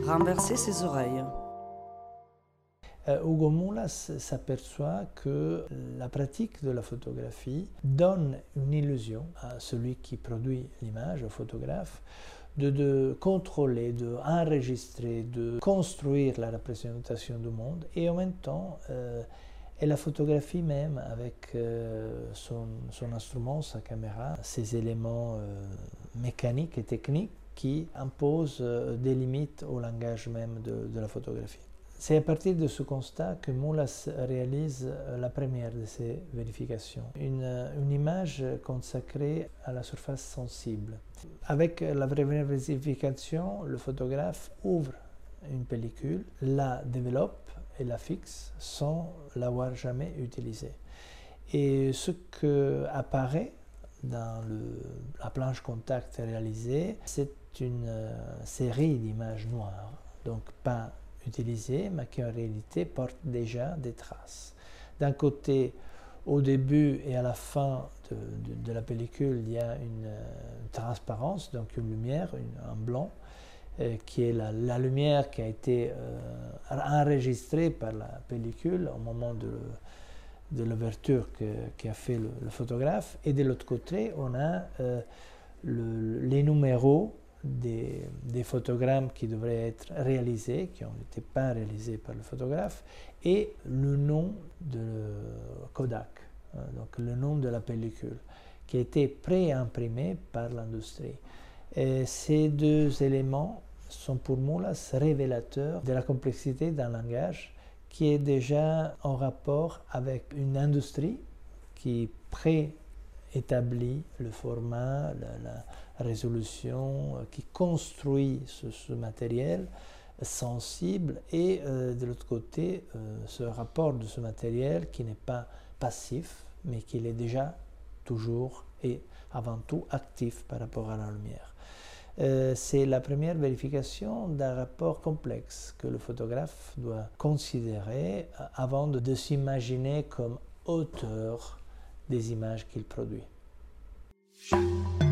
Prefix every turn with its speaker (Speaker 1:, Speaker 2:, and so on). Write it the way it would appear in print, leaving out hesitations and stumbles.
Speaker 1: renverser ses oreilles.
Speaker 2: Ugo Mulas s'aperçoit que la pratique de la photographie donne une illusion à celui qui produit l'image, au photographe, de contrôler, d'enregistrer, de construire la représentation du monde, et en même temps, et la photographie même, avec son instrument, sa caméra, ses éléments mécaniques et techniques qui imposent des limites au langage même de la photographie. C'est à partir de ce constat que Mulas réalise la première de ses vérifications, une image consacrée à la surface sensible. Avec la première vérification, le photographe ouvre une pellicule, la développe et la fixe sans l'avoir jamais utilisée. Et ce qui apparaît dans la planche contact réalisée, c'est une série d'images noires, donc pas utilisées, mais qui en réalité portent déjà des traces. D'un côté, au début et à la fin de la pellicule, il y a une transparence, donc une lumière, un blanc, qui est la lumière qui a été enregistrée par la pellicule au moment de l'ouverture qu'a fait le photographe. Et de l'autre côté, on a les numéros des photogrammes qui devraient être réalisés, qui n'étaient pas réalisés par le photographe, et le nom de Kodak, donc le nom de la pellicule, qui a été pré-imprimé par l'industrie. Ces deux éléments sont pour Mulas révélateurs de la complexité d'un langage qui est déjà en rapport avec une industrie qui préétablit le format, la résolution, qui construit ce matériel sensible, et de l'autre côté, ce rapport de ce matériel qui n'est pas passif, mais qui est déjà toujours et avant tout actif par rapport à la lumière. C'est la première vérification d'un rapport complexe que le photographe doit considérer avant de s'imaginer comme auteur des images qu'il produit.